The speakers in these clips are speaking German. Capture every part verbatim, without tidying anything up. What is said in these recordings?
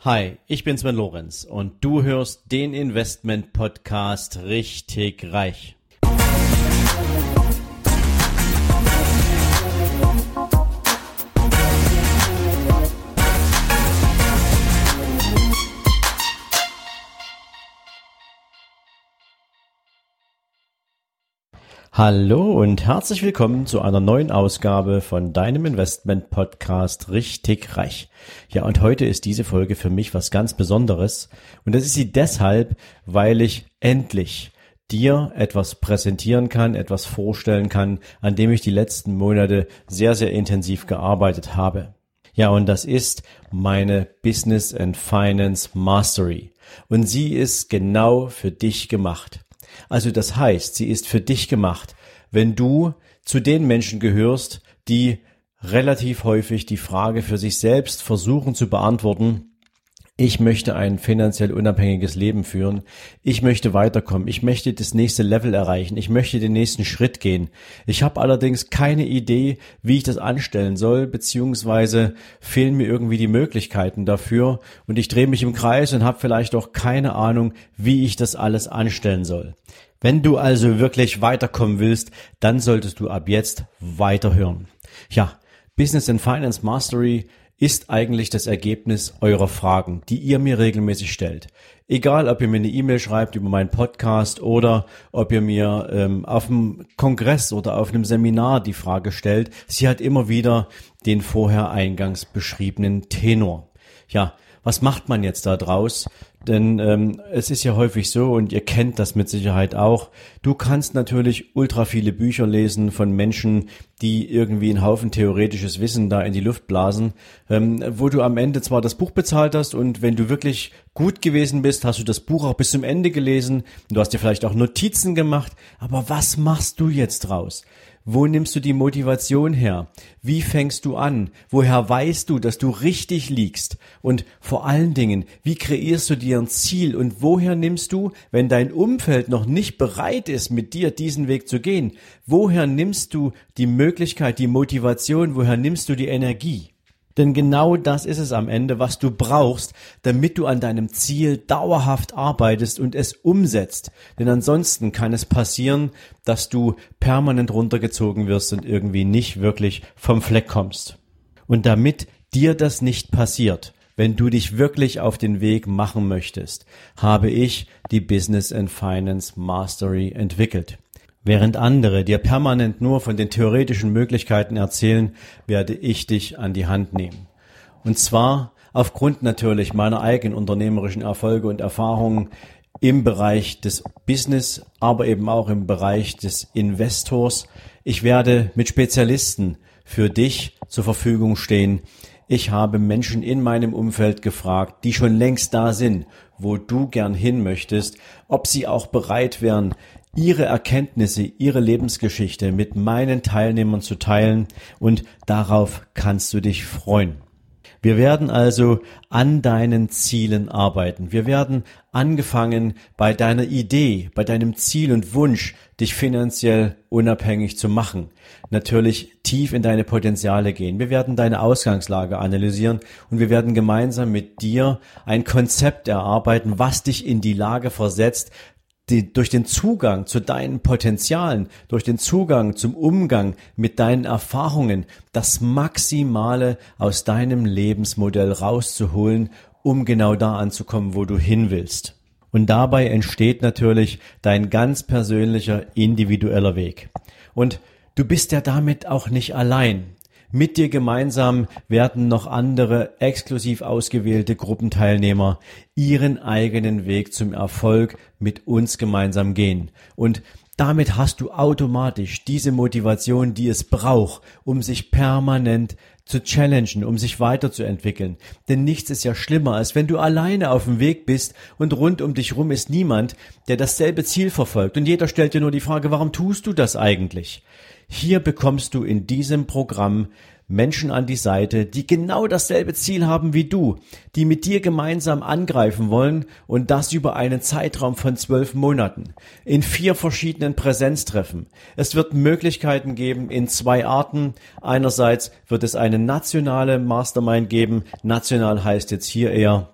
Hi, ich bin Sven Lorenz und du hörst den Investment-Podcast Richtig Reich. Hallo und herzlich willkommen zu einer neuen Ausgabe von deinem Investment-Podcast Richtig Reich. Ja, und heute ist diese Folge für mich was ganz Besonderes und das ist sie deshalb, weil ich endlich dir etwas präsentieren kann, etwas vorstellen kann, an dem ich die letzten Monate sehr, sehr intensiv gearbeitet habe. Ja, und das ist meine Business and Finance Mastery und sie ist genau für dich gemacht. Also das heißt, sie ist für dich gemacht, wenn du zu den Menschen gehörst, die relativ häufig die Frage für sich selbst versuchen zu beantworten: Ich möchte ein finanziell unabhängiges Leben führen, ich möchte weiterkommen, ich möchte das nächste Level erreichen, ich möchte den nächsten Schritt gehen. Ich habe allerdings keine Idee, wie ich das anstellen soll, beziehungsweise fehlen mir irgendwie die Möglichkeiten dafür und ich drehe mich im Kreis und habe vielleicht auch keine Ahnung, wie ich das alles anstellen soll. Wenn du also wirklich weiterkommen willst, dann solltest du ab jetzt weiterhören. Ja, Business and Finance Mastery ist eigentlich das Ergebnis eurer Fragen, die ihr mir regelmäßig stellt. Egal, ob ihr mir eine E-Mail schreibt über meinen Podcast oder ob ihr mir ähm, auf einem Kongress oder auf einem Seminar die Frage stellt, sie hat immer wieder den vorher eingangs beschriebenen Tenor. Ja, was macht man jetzt da draus? Denn ähm, es ist ja häufig so, und ihr kennt das mit Sicherheit auch, du kannst natürlich ultra viele Bücher lesen von Menschen, die irgendwie einen Haufen theoretisches Wissen da in die Luft blasen, ähm, wo du am Ende zwar das Buch bezahlt hast und wenn du wirklich gut gewesen bist, hast du das Buch auch bis zum Ende gelesen, du hast dir vielleicht auch Notizen gemacht, aber was machst du jetzt draus? Wo nimmst du die Motivation her? Wie fängst du an? Woher weißt du, dass du richtig liegst? Und vor allen Dingen, wie kreierst du dir ein Ziel? Und woher nimmst du, wenn dein Umfeld noch nicht bereit ist, mit dir diesen Weg zu gehen, woher nimmst du die Möglichkeit, die Motivation, woher nimmst du die Energie? Denn genau das ist es am Ende, was du brauchst, damit du an deinem Ziel dauerhaft arbeitest und es umsetzt. Denn ansonsten kann es passieren, dass du permanent runtergezogen wirst und irgendwie nicht wirklich vom Fleck kommst. Und damit dir das nicht passiert, wenn du dich wirklich auf den Weg machen möchtest, habe ich die Business and Finance Mastery entwickelt. Während andere dir permanent nur von den theoretischen Möglichkeiten erzählen, werde ich dich an die Hand nehmen. Und zwar aufgrund natürlich meiner eigenen unternehmerischen Erfolge und Erfahrungen im Bereich des Business, aber eben auch im Bereich des Investors. Ich werde mit Spezialisten für dich zur Verfügung stehen. Ich habe Menschen in meinem Umfeld gefragt, die schon längst da sind, wo du gern hin möchtest, ob sie auch bereit wären, ihre Erkenntnisse, ihre Lebensgeschichte mit meinen Teilnehmern zu teilen, und darauf kannst du dich freuen. Wir werden also an deinen Zielen arbeiten. Wir werden angefangen bei deiner Idee, bei deinem Ziel und Wunsch, dich finanziell unabhängig zu machen. Natürlich tief in deine Potenziale gehen. Wir werden deine Ausgangslage analysieren und wir werden gemeinsam mit dir ein Konzept erarbeiten, was dich in die Lage versetzt, Die, durch den Zugang zu deinen Potenzialen, durch den Zugang zum Umgang mit deinen Erfahrungen, das Maximale aus deinem Lebensmodell rauszuholen, um genau da anzukommen, wo du hin willst. Und dabei entsteht natürlich dein ganz persönlicher, individueller Weg. Und du bist ja damit auch nicht allein. Mit dir gemeinsam werden noch andere exklusiv ausgewählte Gruppenteilnehmer ihren eigenen Weg zum Erfolg mit uns gemeinsam gehen. Und damit hast du automatisch diese Motivation, die es braucht, um sich permanent zu challengen, um sich weiterzuentwickeln. Denn nichts ist ja schlimmer, als wenn du alleine auf dem Weg bist und rund um dich rum ist niemand, der dasselbe Ziel verfolgt. Und jeder stellt dir nur die Frage, warum tust du das eigentlich? Hier bekommst du in diesem Programm Menschen an die Seite, die genau dasselbe Ziel haben wie du, die mit dir gemeinsam angreifen wollen, und das über einen Zeitraum von zwölf Monaten, in vier verschiedenen Präsenztreffen. Es wird Möglichkeiten geben in zwei Arten. Einerseits wird es eine nationale Mastermind geben. National heißt jetzt hier eher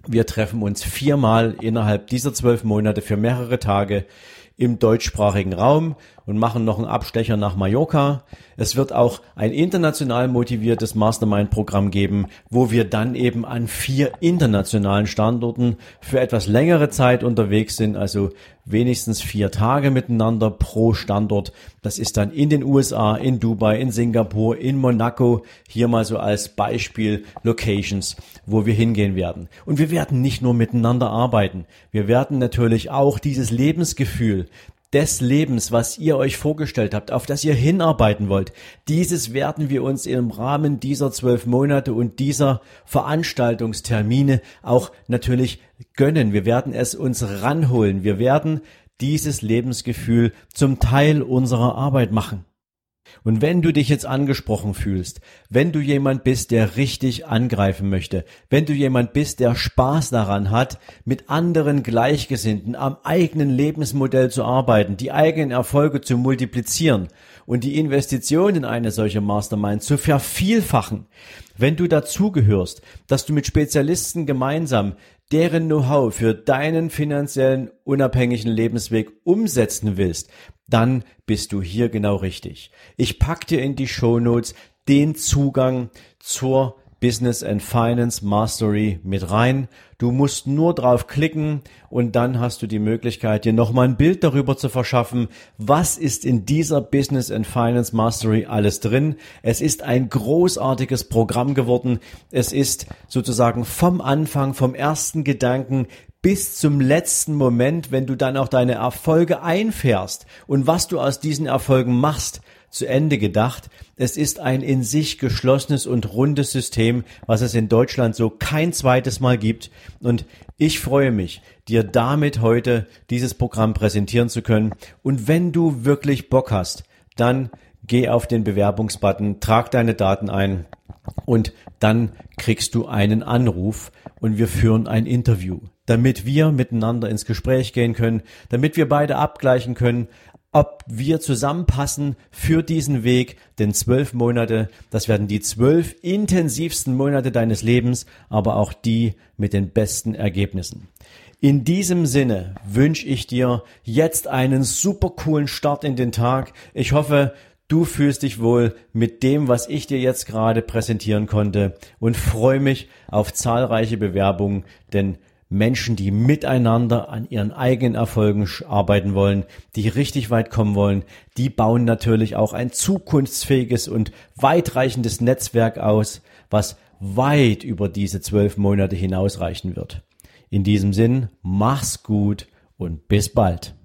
Wir treffen uns viermal innerhalb dieser zwölf Monate für mehrere Tage im deutschsprachigen Raum und machen noch einen Abstecher nach Mallorca. Es wird auch ein international motiviertes Mastermind-Programm geben, wo wir dann eben an vier internationalen Standorten für etwas längere Zeit unterwegs sind, also wenigstens vier Tage miteinander pro Standort. Das ist dann in den U S A, in Dubai, in Singapur, in Monaco, hier mal so als Beispiel Locations, wo wir hingehen werden. Und wir werden nicht nur miteinander arbeiten, wir werden natürlich auch dieses Lebensgefühl des Lebens, was ihr euch vorgestellt habt, auf das ihr hinarbeiten wollt, dieses werden wir uns im Rahmen dieser zwölf Monate und dieser Veranstaltungstermine auch natürlich gönnen. Wir werden es uns ranholen. Wir werden dieses Lebensgefühl zum Teil unserer Arbeit machen. Und wenn du dich jetzt angesprochen fühlst, wenn du jemand bist, der richtig angreifen möchte, wenn du jemand bist, der Spaß daran hat, mit anderen Gleichgesinnten am eigenen Lebensmodell zu arbeiten, die eigenen Erfolge zu multiplizieren und die Investition in eine solche Mastermind zu vervielfachen, wenn du dazugehörst, dass du mit Spezialisten gemeinsam deren Know-how für deinen finanziellen unabhängigen Lebensweg umsetzen willst, dann bist du hier genau richtig. Ich pack dir in die Shownotes den Zugang zur Business and Finance Mastery mit rein. Du musst nur drauf klicken und dann hast du die Möglichkeit, dir nochmal ein Bild darüber zu verschaffen, was ist in dieser Business and Finance Mastery alles drin. Es ist ein großartiges Programm geworden. Es ist sozusagen vom Anfang, vom ersten Gedanken bis zum letzten Moment, wenn du dann auch deine Erfolge einfährst und was du aus diesen Erfolgen machst, zu Ende gedacht. Es ist ein in sich geschlossenes und rundes System, was es in Deutschland so kein zweites Mal gibt. Und ich freue mich, dir damit heute dieses Programm präsentieren zu können. Und wenn du wirklich Bock hast, dann geh auf den Bewerbungsbutton, trag deine Daten ein und dann kriegst du einen Anruf und wir führen ein Interview, damit wir miteinander ins Gespräch gehen können, damit wir beide abgleichen können, ob wir zusammenpassen für diesen Weg, denn zwölf Monate, das werden die zwölf intensivsten Monate deines Lebens, aber auch die mit den besten Ergebnissen. In diesem Sinne wünsche ich dir jetzt einen super coolen Start in den Tag. Ich hoffe, du fühlst dich wohl mit dem, was ich dir jetzt gerade präsentieren konnte und freue mich auf zahlreiche Bewerbungen, denn Menschen, die miteinander an ihren eigenen Erfolgen arbeiten wollen, die richtig weit kommen wollen, die bauen natürlich auch ein zukunftsfähiges und weitreichendes Netzwerk aus, was weit über diese zwölf Monate hinausreichen wird. In diesem Sinn, mach's gut und bis bald.